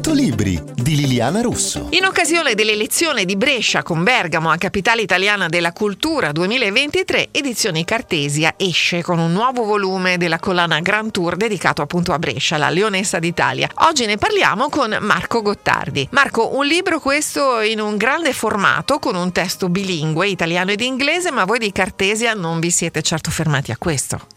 100 libri di Liliana Russo. In occasione dell'elezione di Brescia con Bergamo a Capitale Italiana della Cultura 2023, Edizioni Cartesia esce con un nuovo volume della collana Grand Tour dedicato appunto a Brescia, la Leonessa d'Italia. Oggi ne parliamo con Marco Gottardi. Marco, un libro questo in un grande formato con un testo bilingue, italiano ed inglese, ma voi di Cartesia non vi siete certo fermati a questo.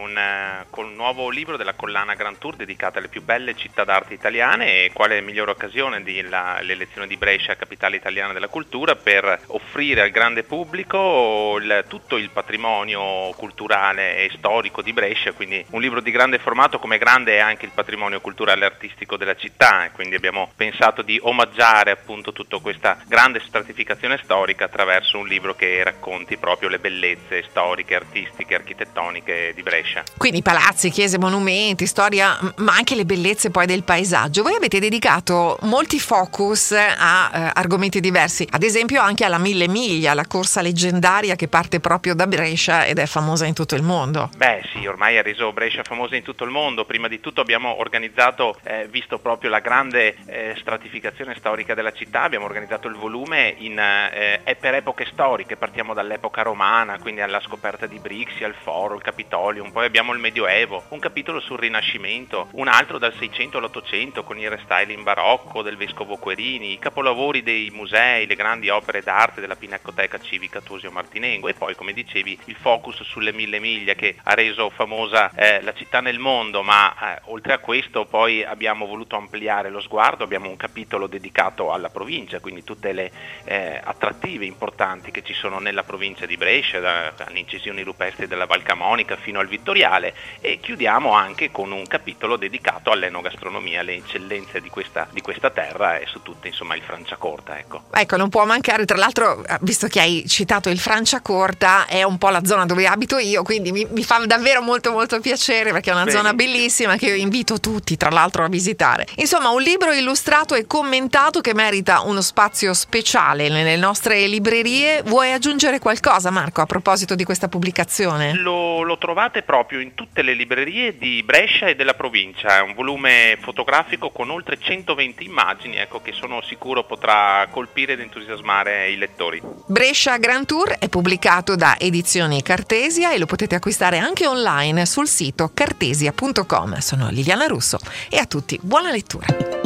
Con un nuovo libro della collana Grand Tour dedicata alle più belle città d'arte italiane, e quale migliore occasione dell'elezione di Brescia Capitale Italiana della Cultura per offrire al grande pubblico tutto il patrimonio culturale e storico di Brescia, quindi un libro di grande formato, come grande è anche il patrimonio culturale e artistico della città, e quindi abbiamo pensato di omaggiare appunto tutta questa grande stratificazione storica attraverso un libro che racconti proprio le bellezze storiche, artistiche, architettoniche di Brescia. Quindi palazzi, chiese, monumenti, storia, ma anche le bellezze poi del paesaggio. Voi avete dedicato molti focus a argomenti diversi, ad esempio anche alla 1000 miglia, la corsa leggendaria che parte proprio da Brescia ed è famosa in tutto il mondo. Beh sì, ormai ha reso Brescia famosa in tutto il mondo. Prima di tutto abbiamo organizzato, visto proprio la grande stratificazione storica della città, abbiamo organizzato il volume per epoche storiche. Partiamo dall'epoca romana, quindi alla scoperta di Brixia, il Foro, il Capitolium, poi abbiamo il Medioevo, un capitolo sul Rinascimento, un altro dal 600 all'800 con il restyling barocco del Vescovo Querini, i capolavori dei musei, le grandi opere d'arte della Pinacoteca Civica Tosio Martinengo, e poi, come dicevi, il focus sulle 1000 miglia che ha reso famosa la città nel mondo. Ma oltre a questo poi abbiamo voluto ampliare lo sguardo, abbiamo un capitolo dedicato alla provincia, quindi tutte le attrattive importanti che ci sono nella provincia di Brescia, dalle incisioni rupestri della Val Camonica fino al Vittoriale, e chiudiamo anche con un capitolo dedicato all'enogastronomia, alle eccellenze di questa terra, e su tutte insomma il Franciacorta. Ecco, non può mancare, tra l'altro, visto che hai citato il Franciacorta, è un po' la zona dove abito io, quindi mi fa davvero molto molto piacere, perché è una zona bellissima che io invito tutti tra l'altro a visitare. Insomma, un libro illustrato e commentato che merita uno spazio speciale nelle nostre librerie. Vuoi aggiungere qualcosa, Marco, a proposito di questa pubblicazione? Lo trovate proprio in tutte le librerie di Brescia e della provincia. È un volume fotografico con oltre 120 immagini, che sono sicuro potrà colpire ed entusiasmare i lettori. Brescia Grand Tour è pubblicato da Edizioni Cartesia e lo potete acquistare anche online sul sito cartesia.com. Sono Liliana Russo e a tutti buona lettura.